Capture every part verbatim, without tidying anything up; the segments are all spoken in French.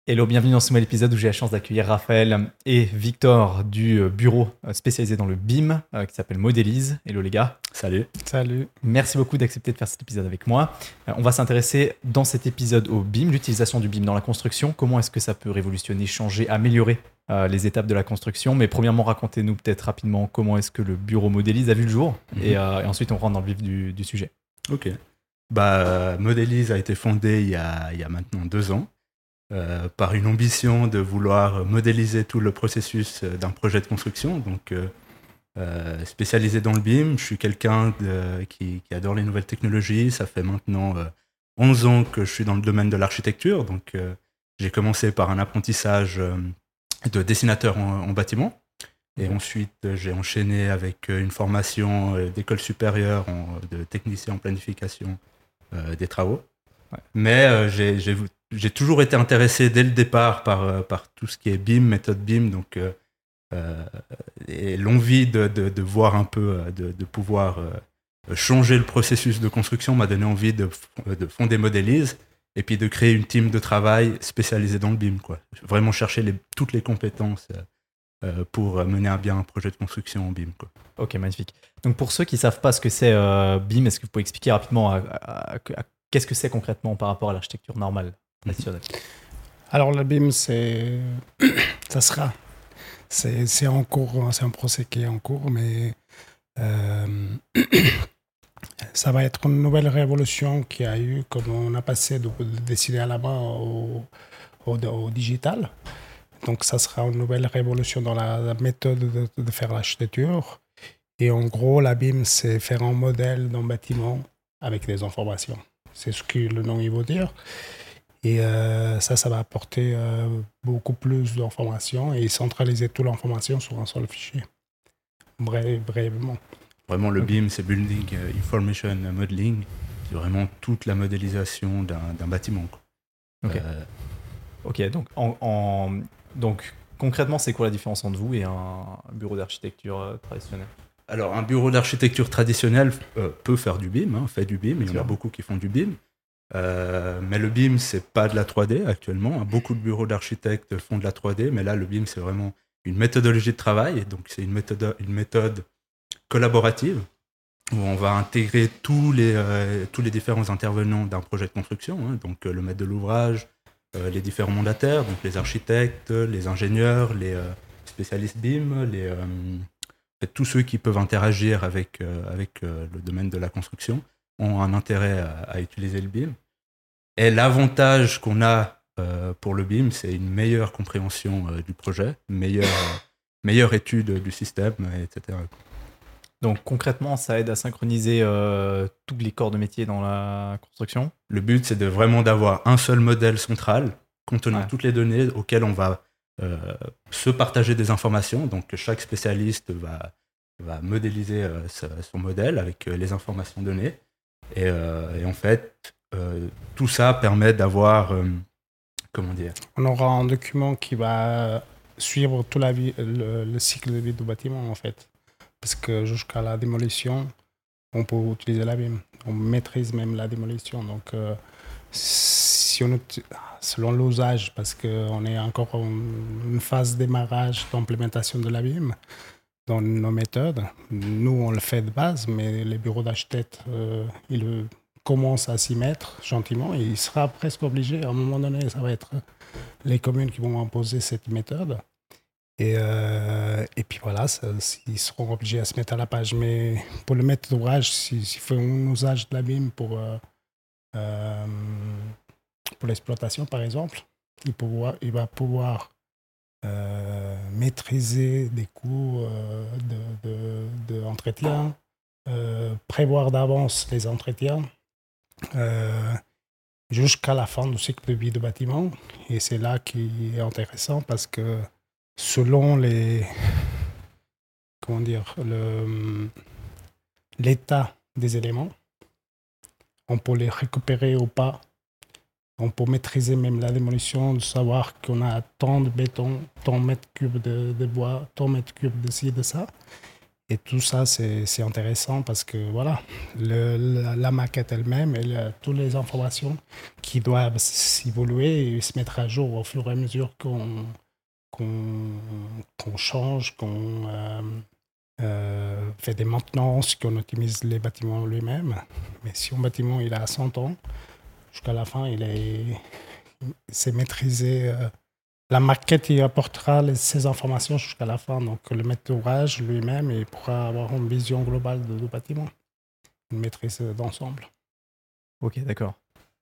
Hello, bienvenue dans ce nouvel épisode où j'ai la chance d'accueillir Raphaël et Victor du bureau spécialisé dans le B I M euh, qui s'appelle Modélise. Hello les gars. Salut. Salut. Merci beaucoup d'accepter de faire cet épisode avec moi. Euh, on va s'intéresser dans cet épisode au B I M, l'utilisation du B I M dans la construction. Comment est-ce que ça peut révolutionner, changer, améliorer euh, les étapes de la construction. Mais premièrement, racontez-nous peut-être rapidement comment est-ce que le bureau Modélise a vu le jour. Mm-hmm. et, euh, et ensuite, on rentre dans le vif du, du sujet. Ok. Bah, Modélise a été fondé il y a, il y a maintenant deux ans. Euh, par une ambition de vouloir modéliser tout le processus d'un projet de construction. Donc, euh, euh, spécialisé dans le B I M, je suis quelqu'un de, qui, qui adore les nouvelles technologies. Ça fait maintenant euh, onze ans que je suis dans le domaine de l'architecture. Donc, euh, j'ai commencé par un apprentissage euh, de dessinateur en, en bâtiment. Et mmh. ensuite, euh, j'ai enchaîné avec une formation euh, d'école supérieure en, de technicien en planification euh, des travaux. Ouais. Mais euh, j'ai, j'ai J'ai toujours été intéressé dès le départ par, par tout ce qui est B I M, méthode B I M, donc, euh, et l'envie de, de, de voir un peu, de, de pouvoir euh, changer le processus de construction m'a donné envie de, de fonder Modélise et puis de créer une team de travail spécialisée dans le B I M, quoi. Vraiment chercher les, toutes les compétences euh, pour mener à bien un projet de construction en B I M, quoi. Ok, magnifique. Donc pour ceux qui ne savent pas ce que c'est euh, B I M, est-ce que vous pouvez expliquer rapidement à, à, à, à, qu'est-ce que c'est concrètement par rapport à l'architecture normale? Alors le B I M, c'est, ça sera, c'est, c'est en cours, c'est un procès qui est en cours, mais euh, ça va être une nouvelle révolution qui a eu, comme on a passé de, de dessiner à la main au, au, au digital. Donc ça sera une nouvelle révolution dans la, la méthode de, de faire l'architecture. Et en gros, la B I M, c'est faire un modèle d'un bâtiment avec des informations. C'est ce que le nom il veut dire. Et euh, ça, ça va apporter euh, beaucoup plus d'informations et centraliser toute l'information sur un seul fichier. Bref, brièvement. Vraiment, le okay. B I M, c'est Building Information Modeling. C'est vraiment toute la modélisation d'un, d'un bâtiment, quoi. Ok, euh... okay donc, en, en, donc concrètement, c'est quoi la différence entre vous et un bureau d'architecture euh, traditionnel? Alors, un bureau d'architecture traditionnel euh, peut faire du B I M, hein, fait du B I M. Il y en a beaucoup qui font du B I M. Euh, mais le B I M, c'est pas de la trois D actuellement. Beaucoup de bureaux d'architectes font de la trois D, mais là, le B I M, c'est vraiment une méthodologie de travail. Donc, c'est une méthode, une méthode collaborative où on va intégrer tous les, euh, tous les différents intervenants d'un projet de construction. Hein, donc, euh, le maître de l'ouvrage, euh, les différents mandataires, donc les architectes, les ingénieurs, les euh, spécialistes B I M, les, euh, tous ceux qui peuvent interagir avec, euh, avec euh, le domaine de la construction ont un intérêt à, à utiliser le B I M. Et l'avantage qu'on a euh, pour le B I M, c'est une meilleure compréhension euh, du projet, une meilleure, euh, meilleure étude du système, et cetera. Donc concrètement, ça aide à synchroniser euh, tous les corps de métier dans la construction. Le but, c'est de vraiment d'avoir un seul modèle central contenant ouais. toutes les données auxquelles on va euh, se partager des informations. Donc chaque spécialiste va, va modéliser euh, son modèle avec euh, les informations données. Et, euh, et en fait, euh, tout ça permet d'avoir, euh, comment dire... On aura un document qui va suivre tout la vie, le, le cycle de vie du bâtiment, en fait. Parce que jusqu'à la démolition, on peut utiliser la B I M. On maîtrise même la démolition. Donc, euh, si on, selon l'usage, parce qu'on est encore en une phase de démarrage d'implémentation de la B I M, dans nos méthodes. Nous, on le fait de base, mais les bureaux d'architectes, euh, ils commencent à s'y mettre gentiment et il sera presque obligé. À un moment donné, ça va être les communes qui vont imposer cette méthode. Et, euh, et puis voilà, ça, ils seront obligés à se mettre à la page. Mais pour le maître d'ouvrage, s'il si fait un usage de la B I M pour, euh, euh, pour l'exploitation, par exemple, il, pouvoir, il va pouvoir Euh, maîtriser des coûts euh, de, de, de entretien, euh, prévoir d'avance les entretiens euh, jusqu'à la fin du cycle de vie du bâtiment. Et c'est là qui est intéressant parce que selon les, comment dire, le, l'état des éléments, on peut les récupérer ou pas. On peut maîtriser même la démolition, de savoir qu'on a tant de béton, tant de mètres cubes de, de bois, tant de mètres cubes de ci, de ça. Et tout ça, c'est, c'est intéressant parce que voilà, le, la, la maquette elle-même, elle a toutes les informations qui doivent s'évoluer et se mettre à jour au fur et à mesure qu'on, qu'on, qu'on change, qu'on euh, euh, fait des maintenances, qu'on optimise les bâtiments lui-même. Mais si un bâtiment il a cent ans, jusqu'à la fin, il est, c'est maîtrisé. Euh, la maquette, il apportera les, ces informations jusqu'à la fin. Donc, le maître d'ouvrage lui-même, il pourra avoir une vision globale du bâtiment, une maîtrise d'ensemble. Ok, d'accord.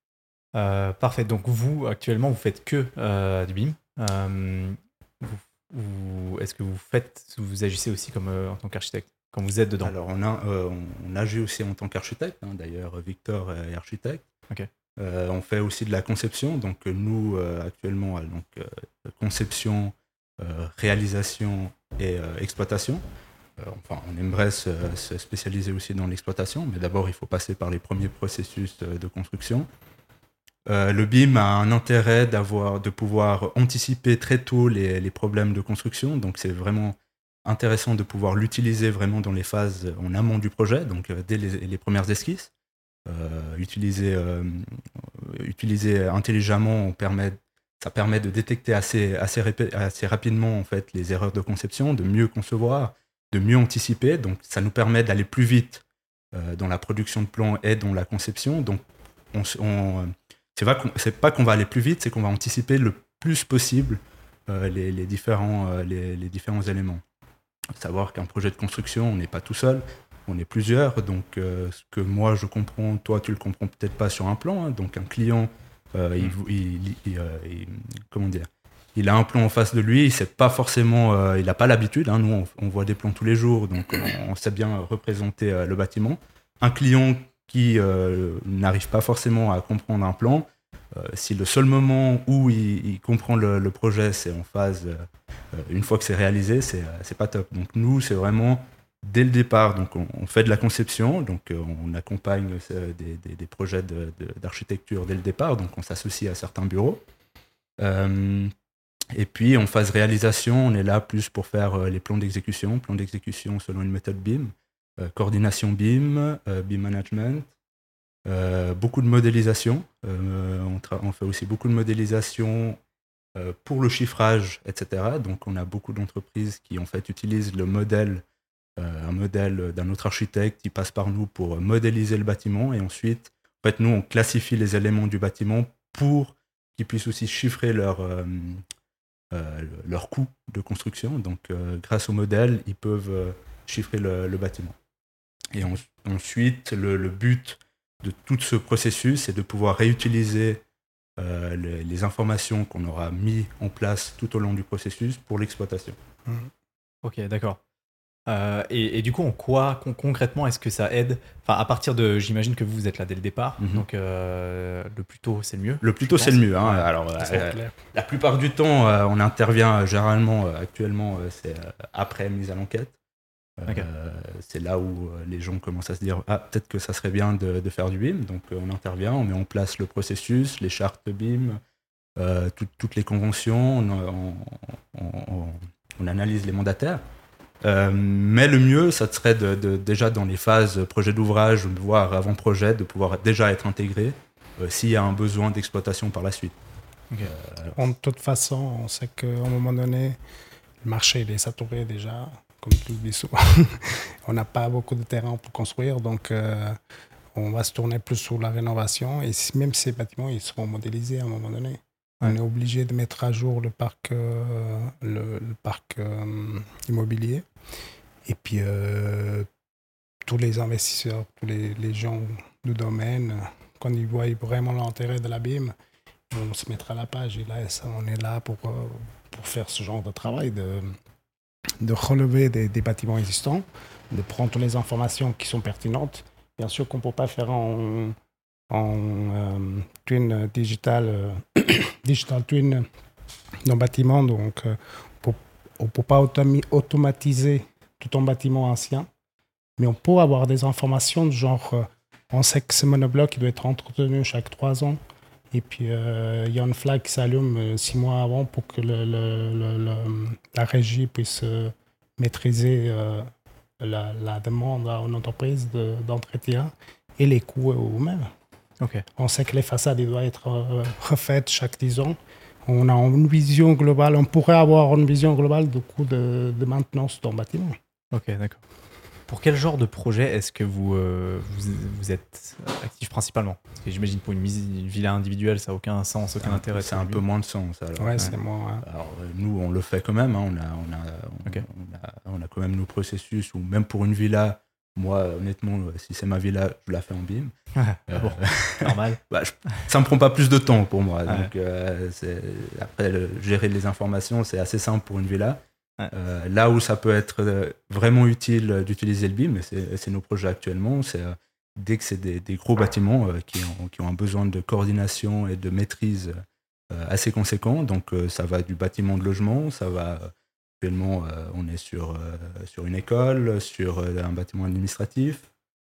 Euh, parfait. Donc, vous, actuellement, vous faites que euh, du B I M. Euh, vous, vous, est-ce que vous faites, vous agissez aussi comme euh, en tant qu'architecte, quand vous êtes dedans? Alors, on, a, euh, on agit aussi en tant qu'architecte. Hein. D'ailleurs, Victor est architecte. Ok. Euh, on fait aussi de la conception. Donc, nous, euh, actuellement, donc, euh, conception, euh, réalisation et euh, exploitation. Euh, enfin, on aimerait se, se spécialiser aussi dans l'exploitation, mais d'abord, il faut passer par les premiers processus de, de construction. Euh, le B I M a un intérêt d'avoir, de pouvoir anticiper très tôt les, les problèmes de construction. Donc, c'est vraiment intéressant de pouvoir l'utiliser vraiment dans les phases en amont du projet, donc euh, dès les, les premières esquisses. Euh, utiliser, euh, utiliser intelligemment, on permet, ça permet de détecter assez, assez, répé- assez rapidement en fait, les erreurs de conception, de mieux concevoir, de mieux anticiper. Donc, ça nous permet d'aller plus vite euh, dans la production de plans et dans la conception. Donc, on, on, c'est pas qu'on, c'est pas qu'on va aller plus vite, c'est qu'on va anticiper le plus possible euh, les, les, différents, euh, les, les différents éléments. Savoir qu'un projet de construction, on n'est pas tout seul, on est plusieurs. Donc, euh, ce que moi je comprends, toi tu le comprends peut-être pas sur un plan. Hein, donc, un client, euh, il, il, il, euh, il, comment dire, il a un plan en face de lui, il sait pas forcément, euh, il n'a pas l'habitude. Hein, nous, on, on voit des plans tous les jours, donc on, on sait bien représenter euh, le bâtiment. Un client qui euh, n'arrive pas forcément à comprendre un plan, euh, si le seul moment où il, il comprend le, le projet, c'est en phase, euh, une fois que c'est réalisé, c'est, c'est pas top. Donc nous, c'est vraiment dès le départ, donc on, on fait de la conception, donc euh, on accompagne euh, des, des, des projets de, de, d'architecture dès le départ, donc on s'associe à certains bureaux. Euh, et puis en phase réalisation, on est là plus pour faire euh, les plans d'exécution, plans d'exécution selon une méthode B I M, euh, coordination B I M, euh, B I M management, euh, beaucoup de modélisation. Euh, on, tra- on fait aussi beaucoup de modélisation euh, pour le chiffrage, et cetera. Donc on a beaucoup d'entreprises qui en fait utilisent le modèle, euh, un modèle d'un autre architecte qui passe par nous pour modéliser le bâtiment et ensuite, en fait, nous on classifie les éléments du bâtiment pour qu'ils puissent aussi chiffrer leur euh, euh, leur coût de construction. Donc, euh, grâce au modèle, ils peuvent euh, chiffrer le, le bâtiment. Et en, ensuite, le, le but de tout ce processus est de pouvoir réutiliser euh, les, les informations qu'on aura mis en place tout au long du processus pour l'exploitation. Mmh. Ok, d'accord. Euh, et, et du coup, en quoi con- concrètement est-ce que ça aide? Enfin, à partir de, j'imagine que vous, vous êtes là dès le départ, Mm-hmm. donc euh, le plus tôt c'est le mieux. Le plus tôt c'est le mieux. Hein. Ouais. Alors, C'est euh, clair. la plupart du temps, euh, on intervient euh, généralement euh, actuellement, euh, c'est euh, après mise à l'enquête. Euh, Ok. C'est là où euh, les gens commencent à se dire ah, peut-être que ça serait bien de, de faire du B I M. Donc euh, on intervient, on met en place le processus, les chartes B I M, euh, tout, toutes les conventions, on, on, on, on analyse les mandataires. Euh, mais le mieux, ça serait de, de, déjà dans les phases projet d'ouvrage, voire avant-projet, de pouvoir déjà être intégré euh, s'il y a un besoin d'exploitation par la suite. Okay. Euh, de toute façon, on sait qu'à un moment donné, le marché il est saturé déjà, comme tu le dis souvent. On n'a pas beaucoup de terrain pour construire, donc euh, on va se tourner plus sur la rénovation. Et si, même ces bâtiments, ils seront modélisés à un moment donné. Ouais. On est obligé de mettre à jour le parc, euh, le, le parc euh, immobilier. Et puis, euh, tous les investisseurs, tous les, les gens du domaine, quand ils voient vraiment l'intérêt de la B I M, ils vont se mettre à la page. Et là, ça, on est là pour, pour faire ce genre de travail, de, de relever des, des bâtiments existants, de prendre toutes les informations qui sont pertinentes. Bien sûr qu'on ne peut pas faire en, en euh, twin digital, euh, digital twin d'un bâtiment, donc euh, pour, on ne peut pas automi- automatiser tout un bâtiment ancien, mais on peut avoir des informations de genre, euh, on sait que ce monobloc il doit être entretenu chaque trois ans, et puis il euh, y a une flag qui s'allume euh, six mois avant pour que le, le, le, le, la régie puisse euh, maîtriser euh, la, la demande à une entreprise de, d'entretien et les coûts eux-mêmes. Ok. On sait que les façades ils doivent être euh, refaites chaque dix ans. On a une vision globale, on pourrait avoir une vision globale du coût de, de maintenance d'un bâtiment. Ok, d'accord. Pour quel genre de projet est-ce que vous, euh, vous, vous êtes actif principalement? Parce que j'imagine pour une, vis- une villa individuelle, ça n'a aucun sens, aucun C'est un- intérêt. C'est un peu moins de sens. Alors, Ouais, hein. c'est moi. hein. Alors, euh, nous, on le fait quand même. hein. On, a, on, a, on, Ok. on a, on a quand même nos processus, ou même pour une villa, moi, honnêtement, euh, si c'est ma villa, je la fais en B I M. Ah Euh, bon, normal. bah, je- ça me prend pas plus de temps pour moi. Ouais. Donc, euh, c'est- après, le- gérer les informations, c'est assez simple pour une villa. Ouais. Euh, là où ça peut être euh, vraiment utile euh, d'utiliser le B I M, et c'est, c'est nos projets actuellement, c'est euh, dès que c'est des, des gros bâtiments euh, qui, ont, qui ont un besoin de coordination et de maîtrise euh, assez conséquent. Donc, euh, ça va du bâtiment de logement, ça va. euh, Actuellement, euh, on est sur, euh, sur une école, sur euh, un bâtiment administratif,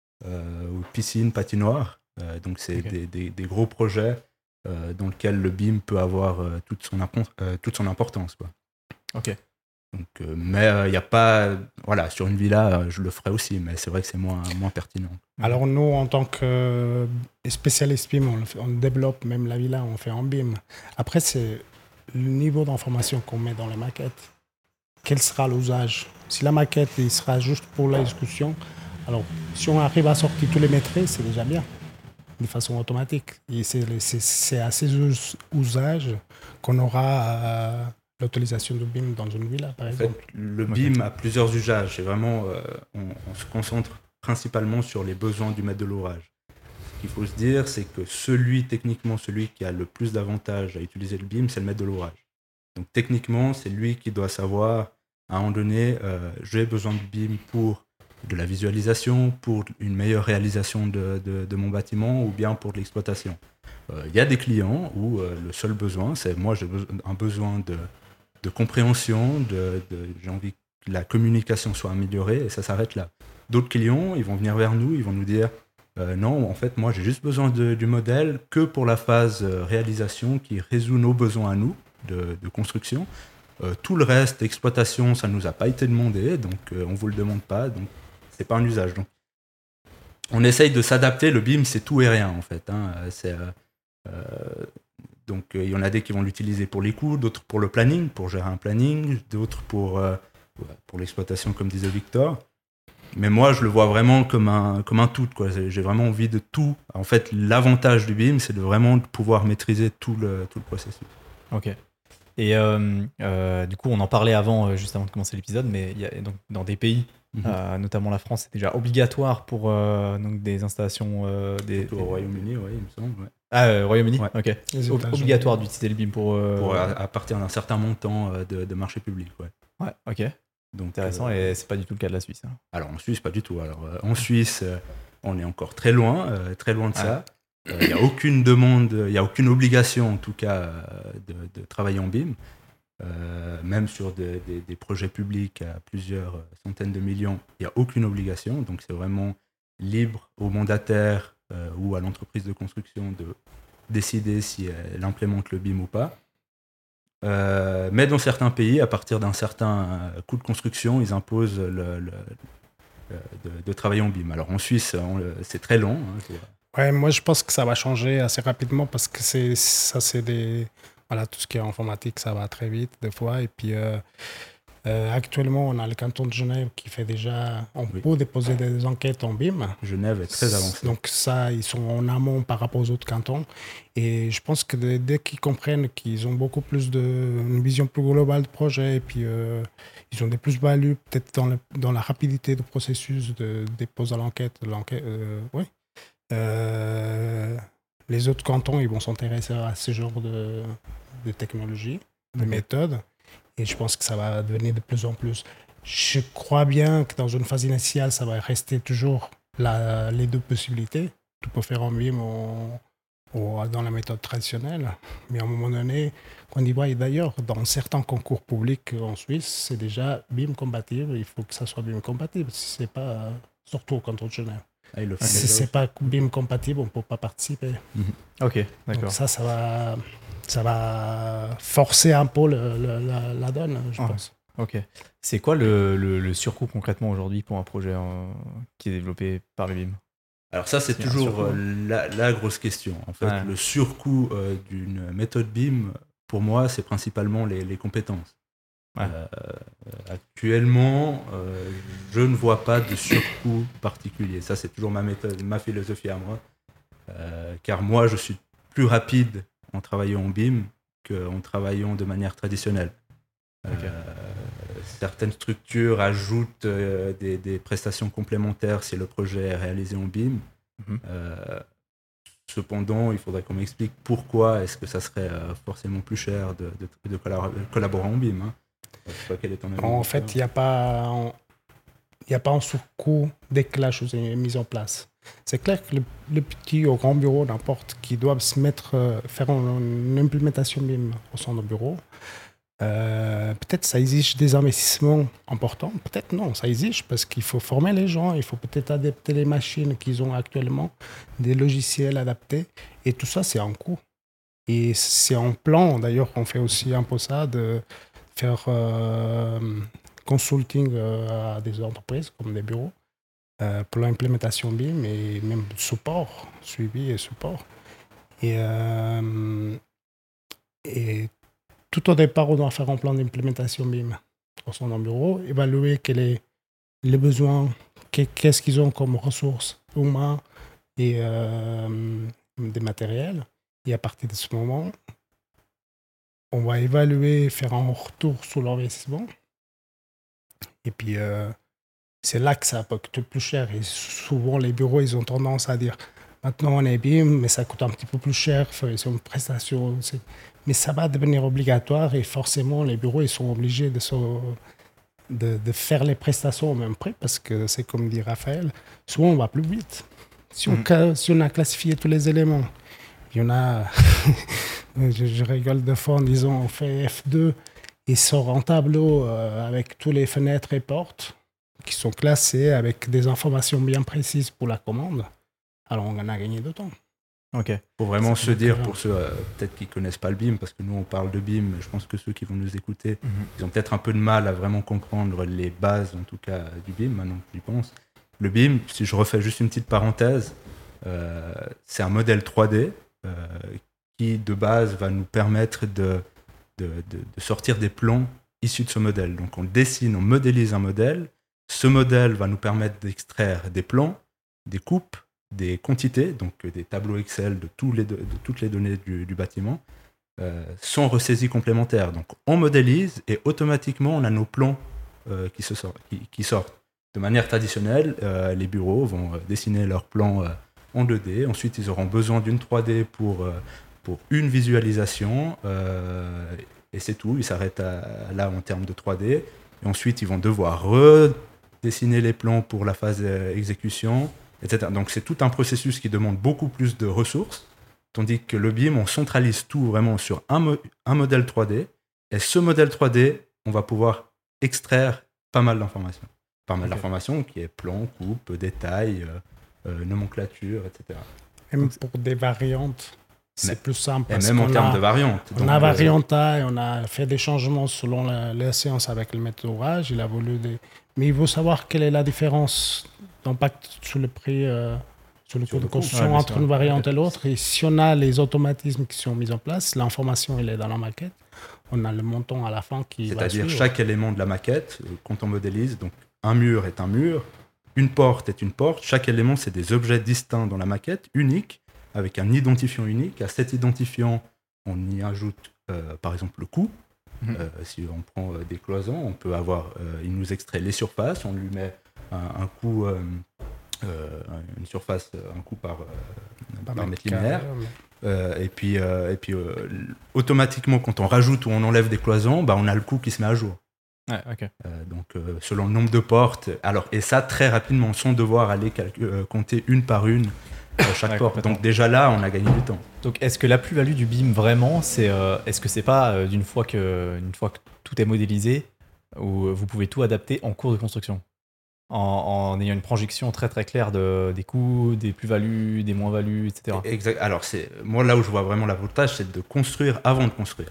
euh, ou piscine, patinoire. Euh, donc, c'est Ok. des, des- des gros projets euh, dans lesquels le B I M peut avoir euh, toute, son impor- euh, toute son importance. Quoi. Ok. Donc, euh, mais il n'y a pas. Voilà, sur une villa, euh, je le ferai aussi, mais c'est vrai que c'est moins, moins pertinent. Alors nous, en tant que spécialiste B I M, on, le fait- on développe même la villa, on fait en B I M. Après, c'est le niveau d'information qu'on met dans les maquettes. Quel sera l'usage? Si la maquette il sera juste pour la discussion, alors si on arrive à sortir tous les maîtrises, c'est déjà bien, de façon automatique. Et c'est, c'est, c'est à ces us- usages qu'on aura euh, l'utilisation du B I M dans une villa, par En exemple. fait, le B I M a plusieurs usages. C'est vraiment, euh, on, on se concentre principalement sur les besoins du maître de l'ouvrage. Ce qu'il faut se dire, c'est que celui, techniquement, celui qui a le plus d'avantages à utiliser le B I M, c'est le maître de l'ouvrage. Donc techniquement, c'est lui qui doit savoir, à un moment donné, euh, j'ai besoin de B I M pour de la visualisation, pour une meilleure réalisation de, de, de mon bâtiment ou bien pour de l'exploitation. Il euh, y a des clients où euh, le seul besoin, c'est moi j'ai be- un besoin de, de compréhension, de, de- j'ai envie que la communication soit améliorée et ça s'arrête là. D'autres clients, ils vont venir vers nous, ils vont nous dire euh, non, en fait, moi j'ai juste besoin de- du modèle que pour la phase euh, réalisation qui résout nos besoins à nous de, de construction. Euh, tout le reste, exploitation, ça ne nous a pas été demandé, donc euh, on ne vous le demande pas, donc c'est pas un usage. Donc, on essaye de s'adapter, le B I M c'est tout et rien en fait. hein. C'est, euh, euh, donc il euh, y en a des qui vont l'utiliser pour les coûts, d'autres pour le planning, pour gérer un planning, d'autres pour, euh, pour l'exploitation comme disait Victor. Mais moi je le vois vraiment comme un, comme un tout, quoi. J'ai vraiment envie de tout. En fait l'avantage du B I M c'est de vraiment pouvoir maîtriser tout le, tout le processus. Ok. Et euh, euh, du coup, on en parlait avant, euh, juste avant de commencer l'épisode, mais il y a, donc, dans des pays, Mm-hmm. euh, notamment la France, c'est déjà obligatoire pour euh, donc, des installations. Euh, des, Surtout des- au Royaume-Uni, oui, il me semble. ouais. Ah, euh, Royaume-Uni. Ouais. Ok. Les Ob- États-Unis. Obligatoire d'utiliser le B I M pour. euh, Pour, à, à partir d'un certain montant euh, de, de marché public. Ouais. Ouais, ok. Donc, Intéressant, euh, et c'est pas du tout le cas de la Suisse. hein. Alors en Suisse, pas du tout. Alors euh, en Suisse, euh, on est encore très loin, euh, très loin de ça. Il n'y a aucune demande, il n'y a aucune obligation en tout cas euh, de, de travailler en B I M. Euh, même sur de- de- des projets publics à plusieurs centaines de millions, il n'y a aucune obligation. Donc c'est vraiment libre au mandataire euh, ou à l'entreprise de construction de décider si elle implémente le B I M ou pas. Euh, mais dans certains pays, à partir d'un certain euh, coût de construction, ils imposent le, le- le- de, de travailler en B I M. Alors en Suisse, on le- c'est très long. hein, c'est- Ouais, moi je pense que ça va changer assez rapidement parce que c'est ça c'est des voilà tout ce qui est informatique ça va très vite des fois et puis euh, euh, actuellement on a le canton de Genève qui fait déjà on Oui. peut déposer des enquêtes en B I M. Genève est très avancée. Donc ça ils sont en amont par rapport aux autres cantons et je pense que dès, dès qu'ils comprennent qu'ils ont beaucoup plus de une vision plus globale de projet et puis euh, ils ont des plus-values peut-être dans, le- dans la rapidité du processus de dépose à l'enquête l'enquête euh, oui. Euh, les autres cantons, ils vont s'intéresser à ce genre de, de technologie, de Ok. méthodes, et je pense que ça va devenir de plus en plus. Je crois bien que dans une phase initiale, ça va rester toujours la, les deux possibilités. Tu peux faire en B I M ou, ou dans la méthode traditionnelle, mais à un moment donné, qu'on y voit, et d'ailleurs, dans certains concours publics en Suisse, c'est déjà B I M compatible, il faut que ça soit B I M compatible, si c'est pas, surtout au canton de Genève. Ah, ils le font Si déjà. c'est pas B I M compatible, on ne peut pas participer. Ok, d'accord. Donc ça, ça va, ça va forcer un peu le- le- la, la donne, je Ouais. pense. Ok. C'est quoi le, le, le surcoût concrètement aujourd'hui pour un projet euh, qui est développé par le B I M? Alors ça, c'est C'est un toujours surcoût, euh, hein. la, la grosse question. En fait, Ouais. le surcoût euh, d'une méthode B I M, pour moi, c'est principalement les, les compétences. Ouais. Euh, actuellement, euh, je ne vois pas de surcoût particulier. Ça, c'est toujours ma méthode, ma philosophie à moi. Euh, car moi, je suis plus rapide en travaillant en B I M qu'en travaillant de manière traditionnelle. Ok. Euh, certaines structures ajoutent euh, des, des prestations complémentaires si le projet est réalisé en B I M. Mhm. Euh, cependant, il faudrait qu'on m'explique pourquoi est-ce que ça serait euh, forcément plus cher de, de, de collab- collaborer en B I M. Hein. Je sais pas quel est ton avis. En fait, il n'y a pas il n'y a pas un surcoût dès que la chose est mise en place. C'est clair que le, le petit ou grand bureau, n'importe, qui doivent se mettre, euh, faire une, une implémentation B I M au sein de bureau, euh, peut-être ça exige des investissements importants, peut-être non, ça exige parce qu'il faut former les gens, il faut peut-être adapter les machines qu'ils ont actuellement, des logiciels adaptés, et tout ça, c'est un coût. Et c'est en plan, d'ailleurs, qu'on fait aussi un peu ça, de faire euh, consulting euh, à des entreprises comme des bureaux euh, pour l'implémentation B I M et même support, suivi et support. Et, euh, et tout au départ, on doit faire un plan d'implémentation B I M au sein d'un bureau, évaluer quels sont les besoins, qu'est-ce qu'ils ont comme ressources humaines et euh, des matériels. Et à partir de ce moment, on va évaluer, faire un retour sur l'investissement. Et puis, euh, c'est là que ça peut coûter plus cher. Et souvent, les bureaux, ils ont tendance à dire maintenant, on est B I M, mais ça coûte un petit peu plus cher. C'est une prestation. C'est... Mais ça va devenir obligatoire et forcément, les bureaux, ils sont obligés de, se... de, de faire les prestations au même prix parce que c'est comme dit Raphaël, souvent, on va plus vite. Si on, mmh. si on a classifié tous les éléments, il y en a. je, je rigole de fois en disant on fait F deux et sort un tableau euh, avec toutes les fenêtres et portes qui sont classées avec des informations bien précises pour la commande. Alors on en a gagné de temps. Ok. Faut vraiment se dire, pour ceux euh, peut-être qui connaissent pas le B I M, parce que nous on parle de B I M, je pense que ceux qui vont nous écouter, mm-hmm. ils ont peut-être un peu de mal à vraiment comprendre les bases, en tout cas, du B I M, maintenant que j'y pense. Le B I M, si je refais juste une petite parenthèse, euh, c'est un modèle trois D euh, qui, de base, va nous permettre de, de, de, de sortir des plans issus de ce modèle. Donc on dessine, on modélise un modèle. Ce modèle va nous permettre d'extraire des plans, des coupes, des quantités, donc des tableaux Excel de, tous les de, de toutes les données du, du bâtiment, euh, sans ressaisie complémentaire. Donc on modélise et automatiquement on a nos plans euh, qui, se sortent, qui, qui sortent. De manière traditionnelle, euh, les bureaux vont euh, dessiner leurs plans euh, en deux D. Ensuite, ils auront besoin d'une trois D pour, euh, pour une visualisation. Euh, et c'est tout. Ils s'arrêtent à, à là en termes de trois D. Et ensuite, ils vont devoir redessiner les plans pour la phase d'exécution, et cetera. Donc, c'est tout un processus qui demande beaucoup plus de ressources. Tandis que le B I M, on centralise tout vraiment sur un, mo- un modèle trois D. Et ce modèle trois D, on va pouvoir extraire pas mal d'informations. Pas mal okay. d'informations qui est plan, coupe, détail, euh, euh, nomenclature, et cetera. Même donc, pour des variantes, c'est mais, plus simple. Et même en termes de variantes. On a variante A et on a fait des changements selon la, la séance avec le maître d'ouvrage. Il a voulu des... Mais il faut savoir quelle est la différence d'impact sur le prix, euh, sur le coût de construction ouais, entre une variante et l'autre. Et si on a les automatismes qui sont mis en place, l'information elle est dans la maquette, on a le montant à la fin qui va C'est-à-dire suivre. Chaque élément de la maquette, quand on modélise, donc un mur est un mur, une porte est une porte, chaque élément c'est des objets distincts dans la maquette, uniques, avec un identifiant unique. À cet identifiant, on y ajoute euh, par exemple le coût. Mmh. Euh, si on prend euh, des cloisons, on peut avoir, euh, il nous extrait les surfaces, on lui met un, un coût, euh, euh, une surface, un coût par, euh, par, par mètre linéaire. Mais... Euh, et puis, euh, et puis euh, automatiquement, quand on rajoute ou on enlève des cloisons, bah, on a le coût qui se met à jour. Ouais, okay. euh, donc, euh, selon le nombre de portes. Alors, et ça, très rapidement, sans devoir aller calcu- euh, compter une par une euh, chaque ouais, porte. Donc, déjà là, on a gagné du temps. Donc, est-ce que la plus-value du B I M, vraiment, c'est, euh, est-ce que c'est pas euh, d'une fois que, une fois que tout est modélisé, où vous pouvez tout adapter en cours de construction en, en ayant une projection très très claire de, des coûts, des plus-values, des moins-values, et cetera. Exact. Alors, c'est, moi, là où je vois vraiment l'avantage, c'est de construire avant de construire.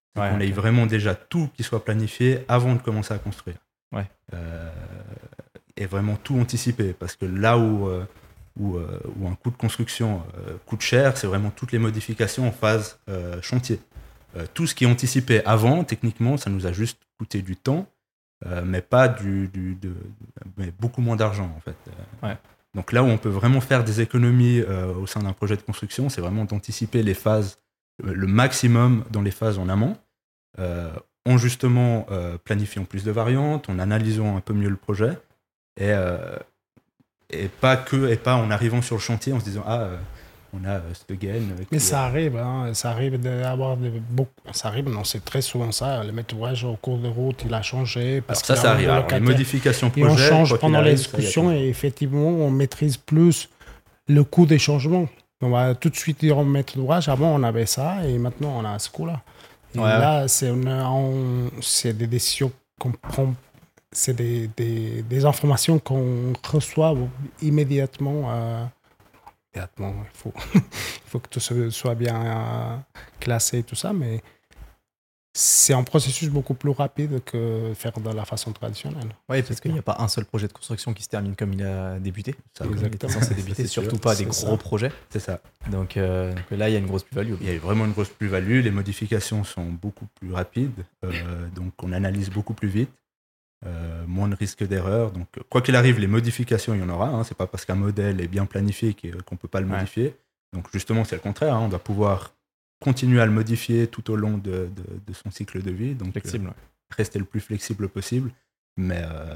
C'est Ouais, qu'on ok. ait vraiment déjà tout qui soit planifié avant de commencer à construire. Ouais. Euh, et vraiment tout anticiper. Parce que là où, euh, où, euh, où un coût de construction euh, coûte cher, c'est vraiment toutes les modifications en phase euh, chantier. Euh, tout ce qui est anticipé avant, techniquement, ça nous a juste coûté du temps, euh, mais pas du, du de, mais beaucoup moins d'argent en fait. Euh, Ouais. Donc là où on peut vraiment faire des économies euh, au sein d'un projet de construction, c'est vraiment d'anticiper les phases, le maximum dans les phases en amont, euh, en justement euh, planifiant plus de variantes, en analysant un peu mieux le projet, et, euh, et pas que et pas en arrivant sur le chantier en se disant ah euh, on a euh, ce gain. euh, Mais qui, ça euh, arrive, hein, ça arrive d'avoir des, beaucoup, ça arrive, non, c'est très souvent ça. Le maître d'ouvrage au cours de route, il a changé parce alors ça, qu'il ça a un arrive. nouveau Alors, les locataire. modifications Et on projet, change quoi qu'il pendant arrive, l'exécution ça, il y a et effectivement, on maîtrise plus le coût des changements. On va tout de suite dire au maître d'ouvrage, avant on avait ça et maintenant on a ce coût-là. Et Ouais, ouais. là, c'est une- on- c'est des décisions qu'on prend, c'est des, des, des informations qu'on reçoit immédiatement. euh, immédiatement, il faut, il faut que tout se- soit bien euh, classé et tout ça, mais c'est un processus beaucoup plus rapide que faire de la façon traditionnelle. Oui, parce qu'il n'y a pas un seul projet de construction qui se termine comme il a débuté. Ça, Il était exactement. censé débuter, C'est surtout sûr. pas des C'est gros ça. projets. c'est ça. Donc, euh, donc là, il y a une grosse plus-value. Il y a vraiment une grosse plus-value. Les modifications sont beaucoup plus rapides, euh, donc on analyse beaucoup plus vite. Euh, moins de risques d'erreur. Donc, quoi qu'il arrive, les modifications, il y en aura. Hein. C'est pas parce qu'un modèle est bien planifié qu'on peut pas le Ouais. modifier. Donc, justement, c'est le contraire. Hein. On doit pouvoir continuer à le modifier tout au long de, de, de son cycle de vie. Donc, Flexible. ouais. euh, rester le plus flexible possible. Mais euh,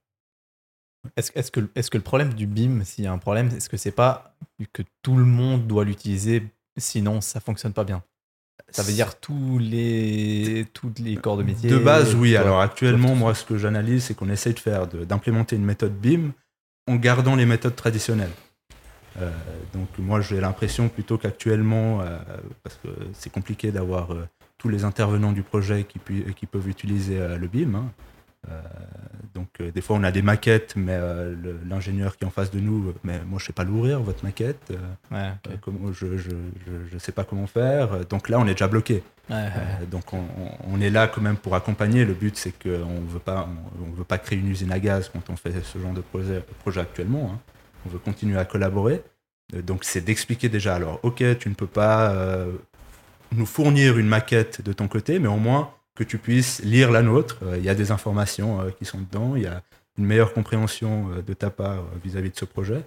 Est-ce est-ce que, est-ce que le problème du B I M, s'il y a un problème, est-ce que c'est pas que tout le monde doit l'utiliser, sinon ça fonctionne pas bien? Ça veut dire tous les, toutes les corps de métier. de base, oui. doivent- Alors, actuellement, doivent- moi, ce que j'analyse, c'est qu'on essaye de faire, de- d'implémenter une méthode B I M en gardant les méthodes traditionnelles. Euh, donc moi j'ai l'impression plutôt qu'actuellement, euh, parce que c'est compliqué d'avoir euh, tous les intervenants du projet qui, pu- qui peuvent utiliser euh, le B I M. Hein. Euh, donc euh, des fois on a des maquettes, mais euh, le- l'ingénieur qui est en face de nous, euh, mais moi je sais pas l'ouvrir votre maquette, euh, Ouais, ok. euh, comment, je, je, je, je sais pas comment faire. Euh, Donc là on est déjà bloqué. Ouais, ouais. Euh, donc on, on- on est là quand même pour accompagner. Le but c'est qu'on veut pas, on, on veut pas créer une usine à gaz quand on fait ce genre de projet, projet actuellement. Hein. On veut continuer à collaborer. Euh, donc c'est d'expliquer déjà. Alors ok, tu ne peux pas euh, nous fournir une maquette de ton côté, mais au moins que tu puisses lire la nôtre. Il euh, y a des informations euh, qui sont dedans. Il y a une meilleure compréhension euh, de ta part euh, vis-à-vis de ce projet.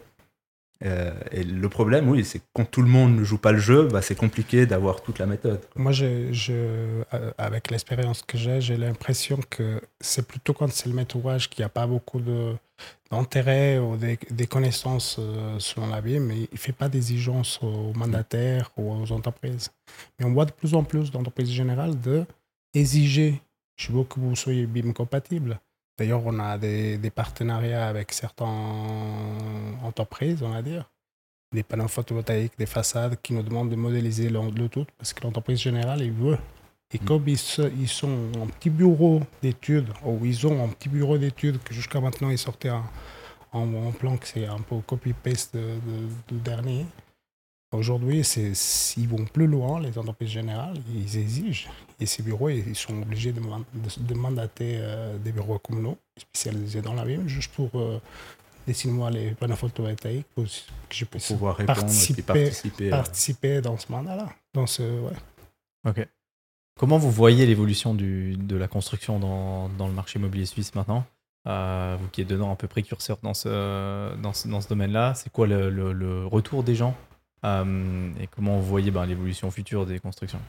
Euh, et le problème, oui, c'est que quand tout le monde ne joue pas le jeu, bah, c'est compliqué d'avoir toute la méthode. Quoi. Moi, je, je, euh, avec l'expérience que j'ai, j'ai l'impression que c'est plutôt quand c'est le maître d'ouvrage qui n'a pas beaucoup de, d'intérêt ou des, des connaissances euh, selon la B I M, mais il ne fait pas d'exigence aux mandataires ou aux entreprises. Mais on voit de plus en plus d'entreprises générales de exiger, je veux que vous soyez B I M compatible. D'ailleurs, on a des, des partenariats avec certaines entreprises, on va dire, des panneaux photovoltaïques, des façades qui nous demandent de modéliser le, le tout parce que l'entreprise générale, il veut. Et Mm. comme ils, se- ils sont en petit bureau d'études, ou ils ont un petit bureau d'études que jusqu'à maintenant ils sortaient en, en, en plan que c'est un peu copy-paste de, de- du dernier. Aujourd'hui, c'est, ils vont plus loin, les entreprises générales, ils exigent. Et ces bureaux, ils sont obligés de, man- de, de mandater euh, des bureaux communaux spécialisés dans la B I M juste pour euh, dessiner-moi les panneaux photovoltaïques pour que je Pour puisse pouvoir répondre et puis participer, participer. euh, participer dans ce mandat-là. Dans ce, ouais. Ok. Comment vous voyez l'évolution du, de la construction dans, dans le marché immobilier suisse maintenant? Euh, vous qui êtes dedans un peu précurseur dans ce, dans ce, dans ce domaine-là, c'est quoi le, le- le retour des gens? Euh, et comment vous voyez ben, l'évolution future des constructions,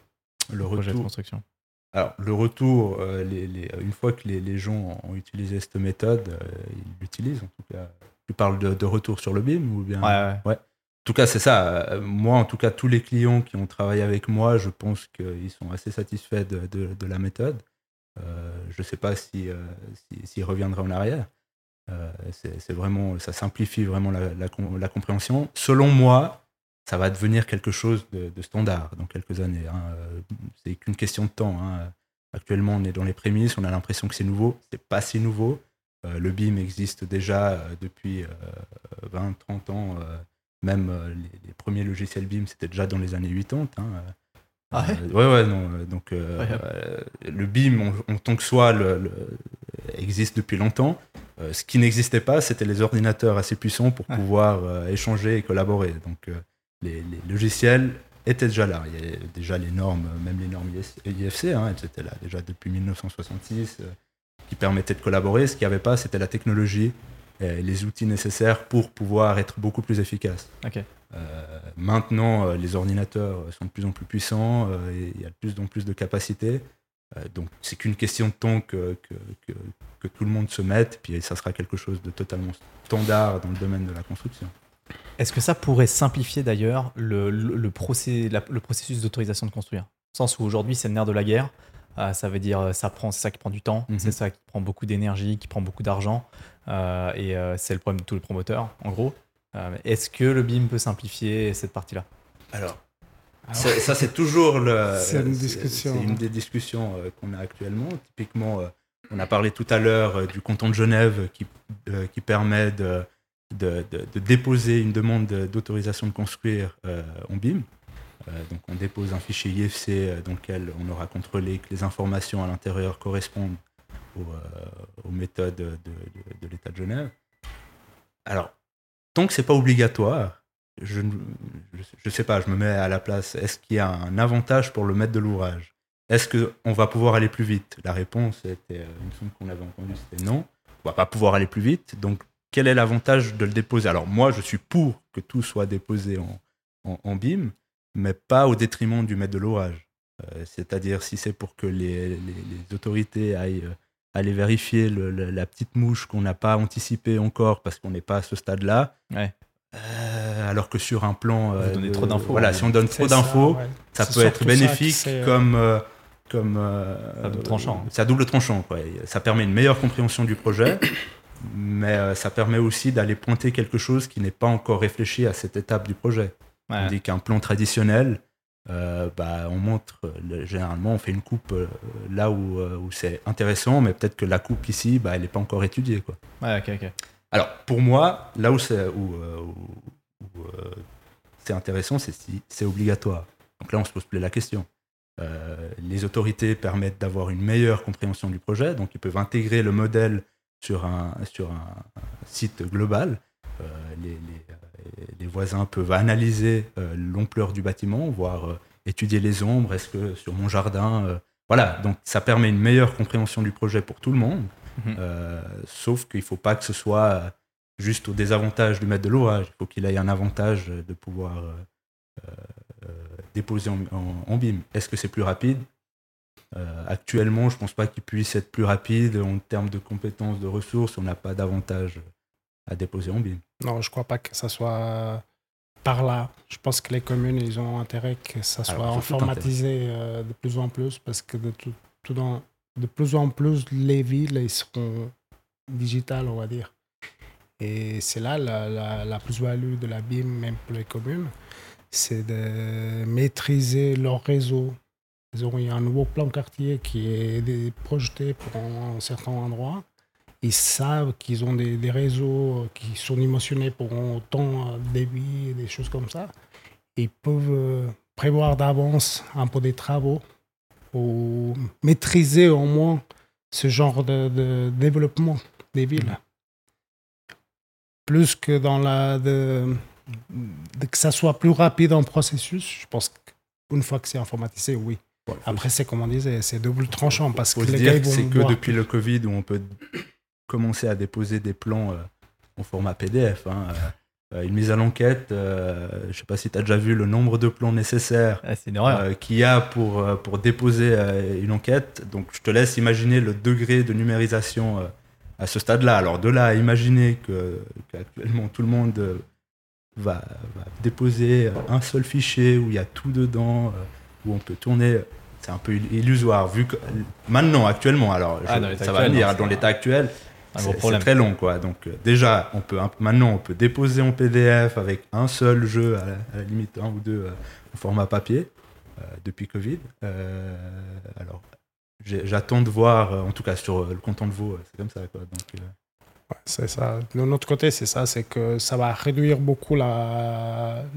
le projets de retour. construction? Alors, le retour, euh, les, les- une fois que les, les gens ont utilisé cette méthode, euh, ils l'utilisent en tout cas. Tu parles de, de retour sur le B I M ou bien Ouais, ouais. En tout cas, c'est ça. Euh, Moi, en tout cas, tous les clients qui ont travaillé avec moi, je pense qu'ils sont assez satisfaits de, de- de la méthode. Euh, je ne sais pas si, euh, si- s'ils reviendraient en arrière. Euh, c'est, c'est vraiment, ça simplifie vraiment la, la com- la compréhension. Selon moi, ça va devenir quelque chose de, de standard dans quelques années. Hein. Euh, C'est qu'une question de temps. Hein. Actuellement, on est dans les prémices, on a l'impression que c'est nouveau. C'est pas si nouveau. Euh, le B I M existe déjà euh, depuis euh, vingt, trente ans. euh, Même euh, les, les premiers logiciels B I M, c'était déjà dans les années quatre-vingt-dix. Hein. Ah ouais, euh, ouais, ouais, non. Donc, euh, ouais. euh, le B I M, en, en tant que soit, le, le, existe depuis longtemps. Euh, ce qui n'existait pas, c'était les ordinateurs assez puissants pour Ouais. pouvoir euh, échanger et collaborer. Donc, euh, les, les logiciels étaient déjà là. Il y avait déjà les normes, même les normes I F C, hein, elles étaient là déjà depuis mille neuf cent soixante-six, euh, qui permettaient de collaborer. Ce qu'il n'y avait pas, c'était la technologie et les outils nécessaires pour pouvoir être beaucoup plus efficace. Ok. Euh, maintenant, euh, les ordinateurs sont de plus en plus puissants euh, et il y a de plus en plus de capacités. Euh, donc, c'est qu'une question de temps que, que, que, que tout le monde se mette, puis ça sera quelque chose de totalement standard dans le domaine de la construction. Est-ce que ça pourrait simplifier d'ailleurs le, le, le, procé, la, le processus d'autorisation de construire? Au sens où aujourd'hui, c'est le nerf de la guerre. Euh, ça veut dire ça prend, c'est ça qui prend du temps, mm-hmm. c'est ça qui prend beaucoup d'énergie, qui prend beaucoup d'argent. Euh, et euh, c'est le problème de tous les promoteurs, en gros. Euh, est-ce que le B I M peut simplifier cette partie-là? Alors, Alors ça, ça c'est toujours le, c'est une, discussion, c'est, c'est une des discussions euh, qu'on a actuellement. Typiquement, euh, on a parlé tout à l'heure euh, du canton de Genève qui, euh, qui permet de, de, de, de déposer une demande d'autorisation de construire euh, en B I M. Euh, donc, on dépose un fichier I F C euh, dans lequel on aura contrôlé que les informations à l'intérieur correspondent aux, euh, aux méthodes de, de, de l'État de Genève. Alors, tant que c'est pas obligatoire, je ne je sais pas, je me mets à la place. Est-ce qu'il y a un avantage pour le maître de l'ouvrage? Est-ce qu'on va pouvoir aller plus vite? La réponse était, il me semble qu'on avait entendu, c'était non. On va pas pouvoir aller plus vite. Donc, quel est l'avantage de le déposer? Alors, moi, je suis pour que tout soit déposé en, en, en B I M, mais pas au détriment du maître de l'ouvrage. Euh, c'est-à-dire, si c'est pour que les, les, les autorités aillent euh, aller vérifier le, le, la petite mouche qu'on n'a pas anticipée encore parce qu'on n'est pas à ce stade-là. Ouais. Euh, alors que sur un plan, euh, donner trop d'infos. Voilà, si on donne trop d'infos, ça, ouais. ça peut être bénéfique ça comme euh, comme euh, ça double tranchant. Ça double tranchant. Quoi. Ça permet une meilleure compréhension du projet, mais euh, ça permet aussi d'aller pointer quelque chose qui n'est pas encore réfléchi à cette étape du projet. Ouais. On dit qu'un plan traditionnel. Euh, bah, on montre, le, généralement on fait une coupe euh, là où, euh, où c'est intéressant, mais peut-être que la coupe ici, bah, elle n'est pas encore étudiée. Quoi. Ouais, ok, ok. Alors pour moi, là où c'est, où, euh, où, où, euh, c'est intéressant, c'est si c'est obligatoire. Donc là on se pose plus la question. Euh, les autorités permettent d'avoir une meilleure compréhension du projet, donc ils peuvent intégrer le modèle sur un, sur un site global. Euh, les, les, les voisins peuvent analyser euh, l'ampleur du bâtiment, voire euh, étudier les ombres, est-ce que sur mon jardin... Euh, voilà, donc ça permet une meilleure compréhension du projet pour tout le monde, mmh. euh, sauf qu'il ne faut pas que ce soit juste au désavantage du maître de l'ouvrage, il faut qu'il ait un avantage de pouvoir euh, euh, déposer en, en, en B I M. Est-ce que c'est plus rapide? euh, Actuellement, je ne pense pas qu'il puisse être plus rapide en termes de compétences, de ressources, on n'a pas d'avantage à déposer en B I M. Non, je ne crois pas que ça soit par là. Je pense que les communes, ils ont intérêt que ça soit Alors, informatisé euh, de plus en plus, parce que de, tout, tout dans, de plus en plus, les villes, ils seront digitales, on va dire. Et c'est là la, la, la plus-value de la B I M, même pour les communes, c'est de maîtriser leur réseau. Ils auront un nouveau plan quartier qui est projeté pour un, un certain endroit. Ils savent qu'ils ont des, des réseaux qui sont dimensionnés pour autant de débit et des choses comme ça. Ils peuvent prévoir d'avance un peu des travaux ou maîtriser au moins ce genre de, de développement des villes. Plus que dans la... De, de, que ça soit plus rapide en processus, je pense qu'une fois que c'est informatisé, oui. Ouais, Après, c'est comme on disait, c'est double tranchant parce faut que se les dire gars que vont c'est que voir... depuis le Covid où on peut commencer à déposer des plans euh, en format P D F. Hein, euh, une mise à l'enquête, euh, je ne sais pas si tu as déjà vu le nombre de plans nécessaires ah, euh, qu'il y a pour, euh, pour déposer euh, une enquête. Donc je te laisse imaginer le degré de numérisation euh, à ce stade-là. Alors de là à imaginer que, qu'actuellement tout le monde euh, va, va déposer un seul fichier où il y a tout dedans, euh, où on peut tourner... C'est un peu illusoire, vu que maintenant, actuellement, alors ah, je, ça va venir, dans l'état actuel, c'est, c'est très long, quoi. Donc euh, déjà, on peut, maintenant, on peut déposer en P D F avec un seul jeu, à la, à la limite un ou deux, euh, en format papier, euh, depuis Covid. Euh, alors, j'attends de voir, euh, en tout cas sur le canton de Vaud, c'est comme ça, quoi. Donc, euh... ouais, c'est ça. De notre côté, c'est ça, c'est que ça va réduire beaucoup la...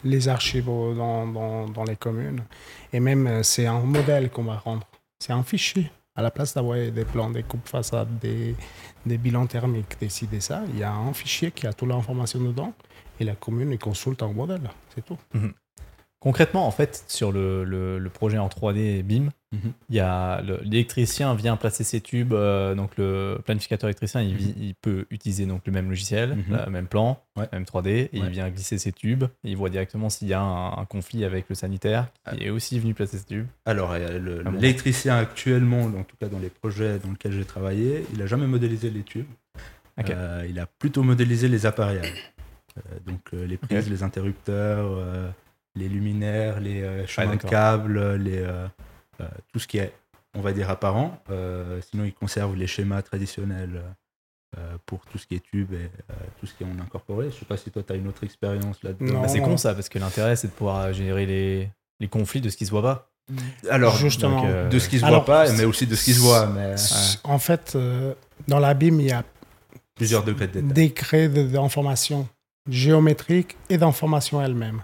les archives dans, dans, dans les communes. Et même, euh, c'est un modèle qu'on va rendre. C'est un fichier. À la place d'avoir des plans, des coupes façades, des, des bilans thermiques, des ci, des ça, il y a un fichier qui a toute l'information dedans. Et la commune, il consulte un modèle. C'est tout. Mm-hmm. Concrètement, en fait, sur le, le, le projet en trois D B I M, il Mhm. y a le- l'électricien vient placer ses tubes, euh, donc le planificateur électricien, il, vi- il peut utiliser donc le même logiciel, Mhm. le même plan, Ouais. même trois D, et Ouais. il vient glisser ses tubes, et il voit directement s'il y a un, un conflit avec le sanitaire, qui est aussi venu placer ses tubes. Alors, euh, le- Ah bon. l'électricien actuellement, en tout cas dans les projets dans lesquels j'ai travaillé, il n'a jamais modélisé les tubes. Ok. Euh, il a plutôt modélisé les appareillages. Euh, donc euh, les prises, Ok. les interrupteurs, euh, les luminaires, les euh, chemins de d'accord. câbles, les, euh, euh, tout ce qui est, on va dire, apparent. Euh, sinon, il conserve les schémas traditionnels euh, pour tout ce qui est tube et euh, tout ce qui est en incorporé. Je sais pas si toi, tu as une autre expérience là-dedans. Non. Bah, c'est con ça, parce que l'intérêt, c'est de pouvoir générer les, les conflits de ce qui se voit pas. Alors, Justement. donc, euh, de ce qui se Alors, voit pas, mais aussi de ce qui se voit. Mais S- En fait, euh, dans la B I M, il y a plusieurs degrés de détail. des degrés de- d'information géométrique et d'information elle-même.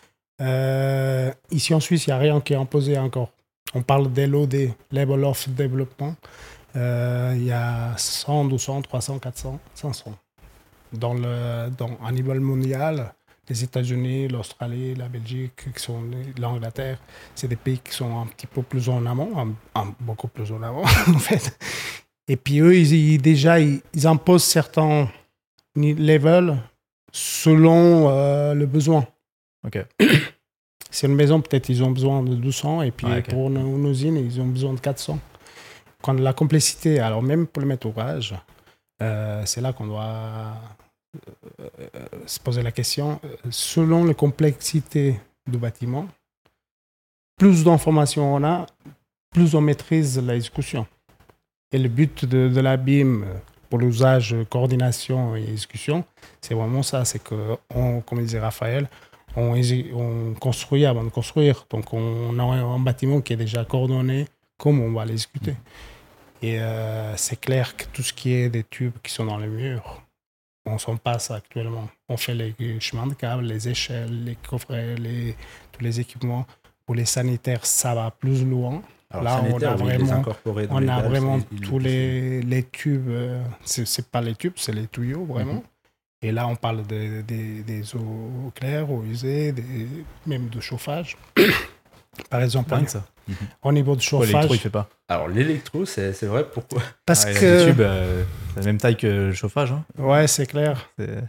Euh, ici en Suisse, il n'y a rien qui est imposé encore. On parle d'L O D, Level of Development. Euh, il y a cent, deux cents, trois cents, quatre cents, cinq cents. Dans le, dans, à niveau mondial, les États-Unis, l'Australie, la Belgique, qui sont, l'Angleterre, c'est des pays qui sont un petit peu plus en amont, un, un- beaucoup plus en amont en fait. Et puis eux, ils, ils- déjà, ils, ils imposent certains ni- levels selon euh, le besoin. Ok. C'est une maison, peut-être ils ont besoin de deux cents, et puis Ouais, ok. pour une, une usine, ils ont besoin de quatre cents. Quand la complexité, alors même pour le maître d'ouvrage, euh, c'est là qu'on doit euh, euh, se poser la question. euh, Selon la complexité du bâtiment, plus d'informations on a, plus on maîtrise l'exécution. Et le but de, de la B I M pour l'usage, coordination et exécution, c'est vraiment ça. C'est que, on, comme disait Raphaël, on, exé- on construit avant de construire. Donc, on a un bâtiment qui est déjà coordonné, comme on va l'exécuter. Et euh, c'est clair que tout ce qui est des tubes qui sont dans les murs, on s'en passe actuellement. On fait les chemins de câbles, les échelles, les coffrets, les, tous les équipements. Pour les sanitaires, ça va plus loin. Alors, Là, on sanitaire, a oui, les vraiment- incorporer dans On les a dalles, vraiment c'est- il tous est les, les tubes. euh, c'est c'est pas les tubes, c'est les tuyaux, vraiment. Mhm. Et là, on parle de- de- des eaux claires, eaux usées, des- même de chauffage. Par exemple, Rien que ça. au niveau de Pourquoi l'électro, il chauffage, fait pas. Alors, l'électro, c'est c'est vrai, pourquoi parce Ouais, que... Les tubes, euh, c'est la même taille que le chauffage. Hein. Ouais, c'est clair. C'est-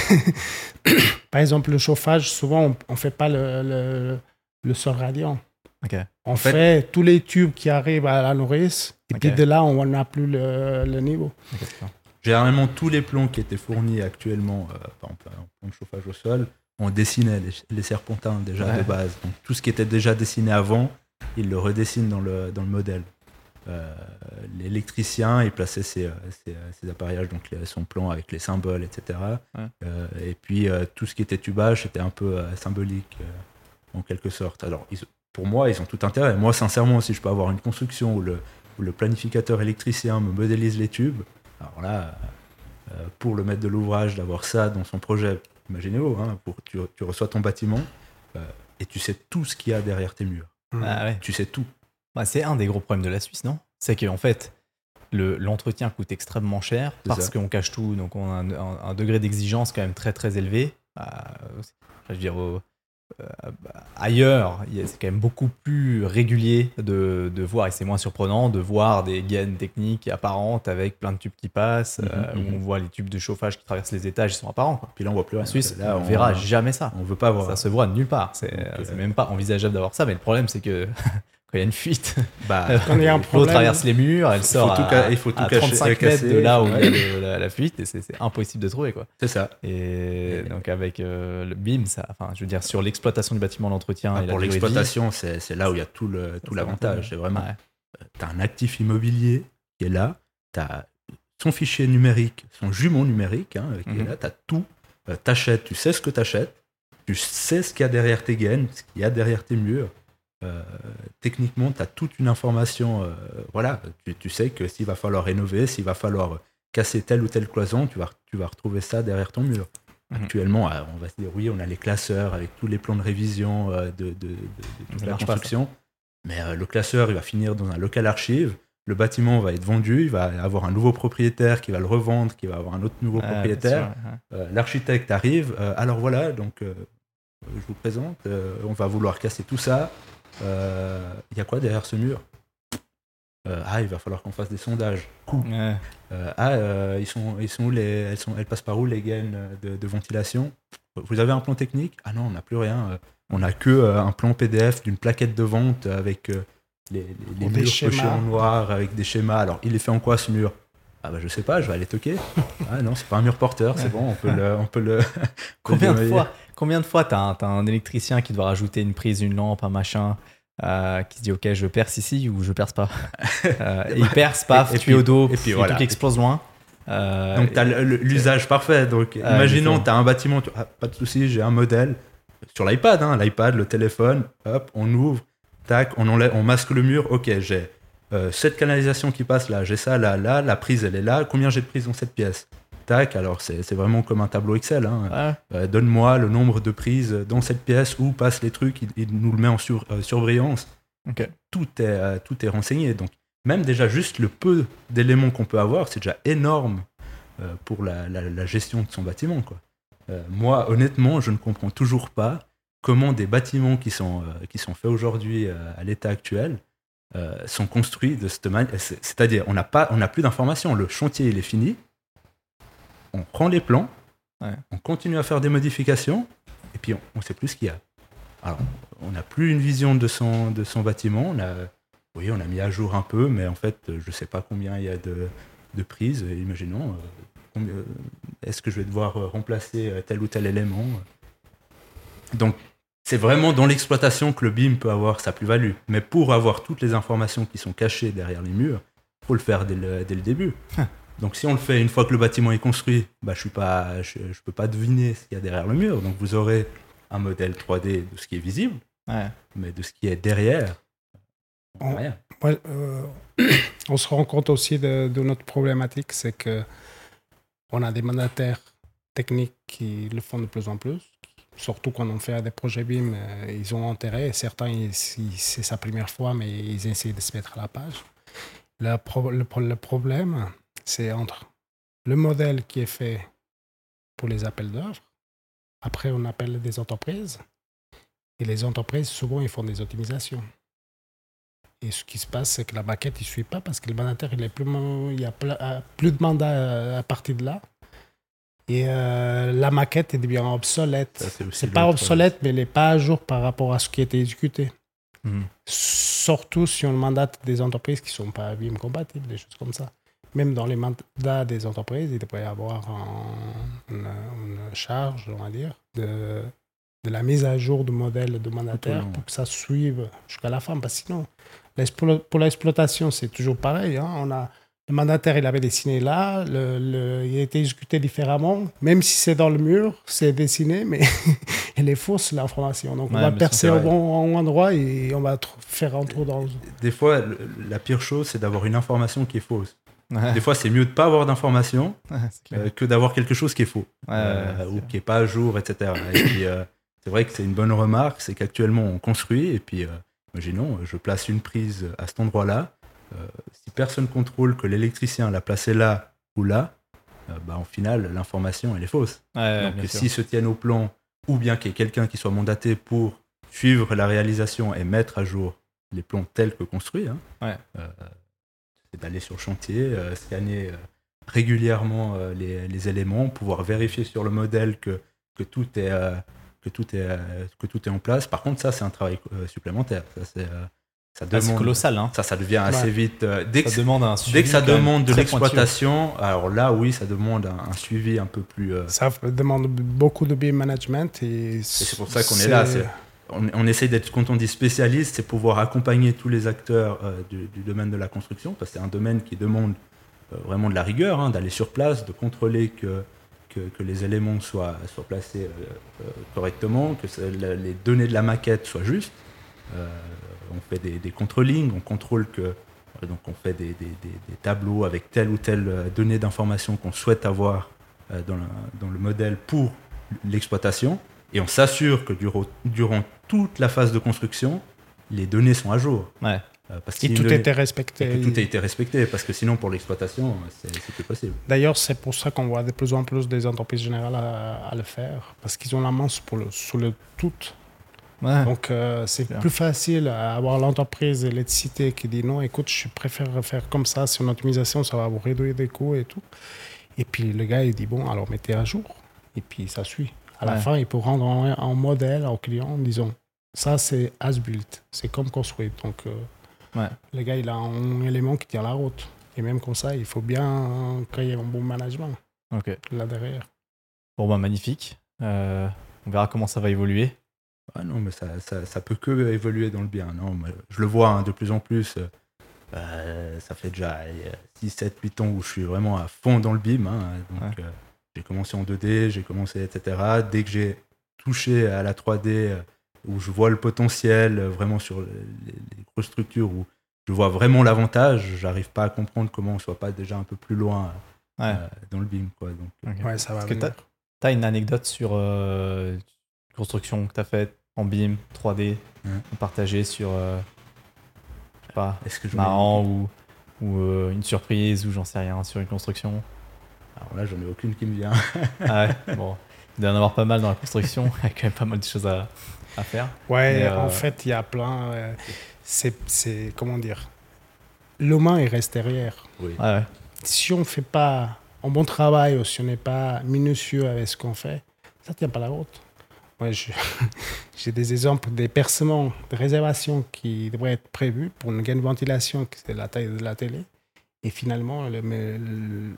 Par exemple, le chauffage, souvent, on ne fait pas le, le, le sol radiant. Ok. On fait- fait, tous les tubes qui arrivent à la nourrice, et Ok. puis de là, on n'a plus le, le niveau. Ok, d'accord. Généralement, tous les plombs qui étaient fournis actuellement, euh, par exemple, un plomb de chauffage au sol, on dessinait les, les serpentins déjà Ouais. de base. Donc, tout ce qui était déjà dessiné avant, il le redessine dans le, dans le modèle. Euh, L'électricien, il plaçait ses, euh, ses, euh, ses appareillages, donc les- son plan avec les symboles, et cetera. Ouais. Euh, et puis, euh, tout ce qui était tubage, c'était un peu euh, symbolique, euh, en quelque sorte. Alors, ils- pour moi, ils ont tout intérêt. Moi, sincèrement, si je peux avoir une construction où le, où le planificateur électricien me modélise les tubes, alors là, euh, pour le maître de l'ouvrage, d'avoir ça dans son projet, imaginez-vous, hein, pour, tu, tu reçois ton bâtiment euh, et tu sais tout ce qu'il y a derrière tes murs. Ah ouais. Tu sais tout. Bah, c'est un des gros problèmes de la Suisse, non? C'est qu'en fait, le- l'entretien coûte extrêmement cher C'est parce ça. qu'on cache tout, donc on a un, un- un degré d'exigence quand même très très élevé. Bah, je veux dire, au- euh, bah, ailleurs, il y a- c'est quand même beaucoup plus régulier de, de voir, et c'est moins surprenant, de voir des gaines techniques apparentes avec plein de tubes qui passent, Mhm, euh, mhm. où on voit les tubes de chauffage qui traversent les étages, ils sont apparents. Quoi. Puis là, on voit plus rien. En Suisse, là, on verra jamais ça. On veut pas voir. Ça se voit nulle part. C'est Donc, euh, c'est même pas envisageable d'avoir ça, mais le problème, c'est que quand il y a une fuite, Bah, Quand il y a un l'eau problème- traverse les murs, elle faut sort tout à, ca- il faut tout à cacher- trente-cinq mètres casser, de là où il y a ouais. le- la, la fuite, et c'est c'est impossible de trouver. Quoi. c'est ça. Et Et- donc avec euh, le B I M, ça, enfin, je veux dire, sur l'exploitation du bâtiment, l'entretien Ah, et la pour durée de vie, l'exploitation, c'est c'est là où il y a tout le- tout c'est l'avantage. C'est vraiment, Ouais. tu as un actif immobilier qui est là, tu as son fichier numérique, son jumeau numérique hein, qui est Mhm. là, tu as tout. Euh, t'achètes, tu sais ce que tu achètes, tu sais ce qu'il y a derrière tes gaines, ce qu'il y a derrière tes murs. Euh, techniquement, tu as toute une information. euh, voilà, tu, tu sais que s'il va falloir rénover, s'il va falloir casser telle ou telle cloison, tu vas, tu vas retrouver ça derrière ton mur. Mmh. Actuellement, on va se dire oui, on a les classeurs avec tous les plans de révision de, de, de, de toute la construction. Pas, mais euh, le classeur, il va finir dans un local archive. Le bâtiment va être vendu, il va avoir un nouveau propriétaire qui va le revendre, qui va avoir un autre nouveau ah, propriétaire. Sûr, ouais. euh, l'architecte arrive. Euh, alors voilà, donc euh, je vous présente. Euh, on va vouloir casser tout ça. Il euh, y a quoi derrière ce mur? Euh, ah, il va falloir qu'on fasse des sondages. Ouais. Euh, ah, euh, ils sont, ils sont où les, elles, sont, elles passent par où les gaines de, de ventilation? Vous avez un plan technique? Ah non, on n'a plus rien. On n'a que euh, un plan P D F d'une plaquette de vente avec euh, les, les, les murs cochés en noir avec des schémas. Alors, il est fait en quoi ce mur? Ah bah je sais pas, je vais aller toquer. Ah non, c'est pas un mur porteur, c'est bon, on peut le, on peut le. Combien de fois, combien de fois t'as un, t'as un électricien qui doit rajouter une prise, une lampe, un machin? Euh, qui se dit ok je perce ici ou je perce pas euh, et il perce paf et, et tuyau d'eau et puis et voilà, tout qui explose loin euh, donc tu as l'usage parfait donc euh, imaginons tu as un bâtiment tu, ah, pas de souci j'ai un modèle sur l'iPad hein, l'iPad le téléphone hop on ouvre tac on enlève on masque le mur ok j'ai euh, cette canalisation qui passe là j'ai ça là là la prise elle est là combien j'ai de prises dans cette pièce tac alors c'est, c'est vraiment comme un tableau Excel hein. Ouais. Euh, donne-moi le nombre de prises dans cette pièce où passent les trucs il, il nous le met en sur, euh, surbrillance okay. tout est euh, tout est renseigné donc même déjà juste le peu d'éléments qu'on peut avoir c'est déjà énorme euh, pour la, la, la gestion de son bâtiment quoi. Euh, moi honnêtement je ne comprends toujours pas comment des bâtiments qui sont euh, qui sont faits aujourd'hui euh, à l'état actuel euh, sont construits de cette manière c'est, c'est-à-dire on n'a pas on n'a plus d'informations le chantier il est fini. On prend les plans, ouais. on continue à faire des modifications, et puis on ne sait plus ce qu'il y a. Alors, on n'a plus une vision de son, de son bâtiment. On a, oui, on a mis à jour un peu, mais en fait, je ne sais pas combien il y a de, de prises. Imaginons, euh, combien, est-ce que je vais devoir remplacer tel ou tel élément? Donc, c'est vraiment dans l'exploitation que le B I M peut avoir sa plus-value. Mais pour avoir toutes les informations qui sont cachées derrière les murs, il faut le faire dès le, dès le début. Donc si on le fait une fois que le bâtiment est construit, bah, je ne peux pas deviner ce qu'il y a derrière le mur. Donc vous aurez un modèle trois D de ce qui est visible, ouais. mais de ce qui est derrière, on, rien. Ouais, euh, on se rend compte aussi de, de notre problématique, c'est qu'on a des mandataires techniques qui le font de plus en plus. Surtout quand on fait des projets B I M, ils ont intérêt. Certains, ils, ils, c'est sa première fois, mais ils essaient de se mettre à la page. Le, pro, le, le problème... c'est entre le modèle qui est fait pour les appels d'offres, après on appelle des entreprises, et les entreprises, souvent, ils font des optimisations. Et ce qui se passe, c'est que la maquette, il ne suit pas parce que le mandataire, il, est plus, il y a plus de mandats à partir de là. Et euh, la maquette, elle devient obsolète. Ça, c'est c'est pas obsolète, mais elle n'est pas à jour par rapport à ce qui a été exécuté. Mmh. Surtout si on mandate des entreprises qui ne sont pas B I M compatibles, des choses comme ça. Même dans les mandats des entreprises, il devrait y avoir un, une, une charge, on va dire, de, de la mise à jour du modèle de mandataire pour que ça suive jusqu'à la fin. Parce que sinon, pour l'exploitation, c'est toujours pareil. Hein. On a, le mandataire, il avait dessiné là, le, le, il a été exécuté différemment. Même si c'est dans le mur, c'est dessiné, mais elle est fausse, l'information. Donc, ouais, on va percer au bon endroit et on va faire un trou dans le... Des fois, la pire chose, c'est d'avoir une information qui est fausse. Ouais. Des fois, c'est mieux de ne pas avoir d'informations ouais, euh, que d'avoir quelque chose qui est faux ouais, euh, ouais, ou qui n'est pas à jour, et cetera. Et puis, euh, c'est vrai que c'est une bonne remarque, c'est qu'actuellement, on construit et puis, euh, imaginons, je place une prise à cet endroit-là. Euh, si personne ne contrôle que l'électricien l'a placée là ou là, euh, bah, en final, l'information, elle est fausse. Ouais, donc, s'ils se tiennent au plan ou bien qu'il y ait quelqu'un qui soit mandaté pour suivre la réalisation et mettre à jour les plans tels que construits, hein, ouais. euh, c'est d'aller sur le chantier, euh, scanner euh, régulièrement euh, les, les éléments, pouvoir vérifier sur le modèle que, que, tout, est, euh, que, tout, est, euh, que tout est en place. Par contre, ça, c'est un travail euh, supplémentaire. Ça, c'est, euh, ça demande, ah, c'est colossal. Hein. Ça, ça devient ouais. assez vite. Euh, dès, ça que, demande un dès que ça demande de l'exploitation, pointueux. Alors là, oui, ça demande un, un suivi un peu plus... Euh... Ça demande beaucoup de B I M management. Et, et c'est pour ça qu'on c'est... est là. C'est... On, on essaie d'être, quand on dit spécialiste, c'est pouvoir accompagner tous les acteurs euh, du, du domaine de la construction, parce que c'est un domaine qui demande euh, vraiment de la rigueur, hein, d'aller sur place, de contrôler que, que, que les éléments soient, soient placés euh, euh, correctement, que ça, la, les données de la maquette soient justes. Euh, on fait des, des controlling, on contrôle que, euh, donc on fait des, des, des, des tableaux avec telle ou telle donnée d'information qu'on souhaite avoir euh, dans, la, dans le modèle pour l'exploitation et on s'assure que durant, durant toute la phase de construction, les données sont à jour. Ouais. Euh, parce Et que tout données, était respecté. et que tout a été respecté, parce que sinon, pour l'exploitation, c'est, c'est plus possible. D'ailleurs, c'est pour ça qu'on voit de plus en plus des entreprises générales à, à le faire, parce qu'ils ont la main sur le, sur le tout. Ouais. Donc, euh, c'est Bien. plus facile à avoir l'entreprise électricité qui dit non, écoute, je préfère faire comme ça, sur une optimisation, ça va vous réduire des coûts et tout. Et puis, le gars, il dit bon, alors mettez à jour. Et puis, ça suit. À la Ouais. fin, il peut rendre un, un modèle au client en disant ça, c'est as-built, c'est comme construit. Donc, euh, Ouais. le gars, il a un élément qui tient la route. Et même comme ça, il faut bien créer un bon management Ok. là derrière. Bon, bah, magnifique. Euh, on verra comment ça va évoluer. Ah non, mais ça, ça, ça peut que évoluer dans le bien. Non, mais je le vois hein, de plus en plus. Euh, euh, ça fait déjà six, sept, huit ans où je suis vraiment à fond dans le B I M. Hein, donc, Ouais. euh, j'ai commencé en deux D, j'ai commencé, et cetera. Dès que j'ai touché à la trois D, euh, où je vois le potentiel euh, vraiment sur les, les grosses structures, où je vois vraiment l'avantage, j'arrive pas à comprendre comment on soit pas déjà un peu plus loin Ouais. euh, dans le B I M. Quoi, donc, Ok. Ouais, ça va Est-ce que venir. tu as une anecdote sur euh, une construction que tu as faite en B I M, trois D, Ouais. partagée sur, euh, je sais pas, est-ce que j'en ai marrant une- ou, ou euh, une surprise ou j'en sais rien sur une construction? Alors là, j'en ai aucune qui me vient. Ah ouais, bon, il doit y en avoir pas mal dans la construction, il y a quand même pas mal de choses à, à faire. Ouais, Mais, euh, en fait, il y a plein. euh, c'est, c'est, comment dire, l'humain, il reste derrière. Oui. Ouais, ouais. Si on ne fait pas un bon travail ou si on n'est pas minutieux avec ce qu'on fait, ça ne tient pas la route. Moi, je- j'ai des exemples des percements, de réservations qui devraient être prévus pour une gaine de ventilation, qui c'est la taille de la télé. Et finalement, le, mais le,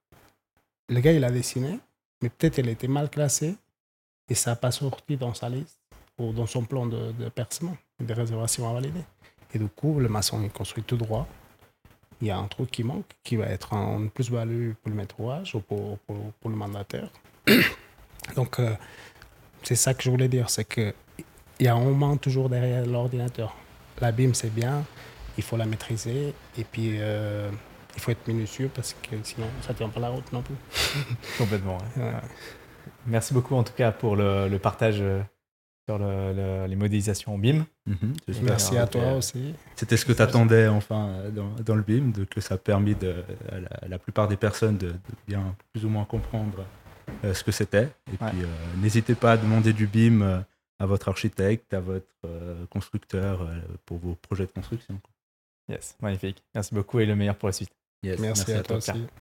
le gars, il a dessiné, mais peut-être elle était mal classée et ça n'a pas sorti dans sa liste ou dans son plan de, de percement, des réservations à valider. Et du coup, le maçon, il construit tout droit. Il y a un truc qui manque, qui va être un plus-value pour le maître ouvrage ou pour, pour, pour le mandataire. Donc, euh, c'est ça que je voulais dire, c'est qu'il y a un main toujours derrière l'ordinateur. La B I M, c'est bien, il faut la maîtriser et puis euh, il faut être minutieux parce que sinon, ça ne tient pas la route non plus. Complètement. ouais. Ouais. Ouais. Merci beaucoup en tout cas pour le, le partage euh, sur le- le- les modélisations en B I M. Mhm, j'espère. Merci à toi C'était- aussi. C'était ce que tu attendais enfin euh, dans, dans le B I M, de, que ça a permis de, à, la, à la plupart des personnes de, de bien plus ou moins comprendre euh, ce que c'était. Et Ouais. puis euh, n'hésitez pas à demander du B I M euh, à votre architecte, à votre euh, constructeur euh, pour vos projets de construction. Yes, magnifique. Merci beaucoup et le meilleur pour la suite. Yes, Merci, à toi aussi.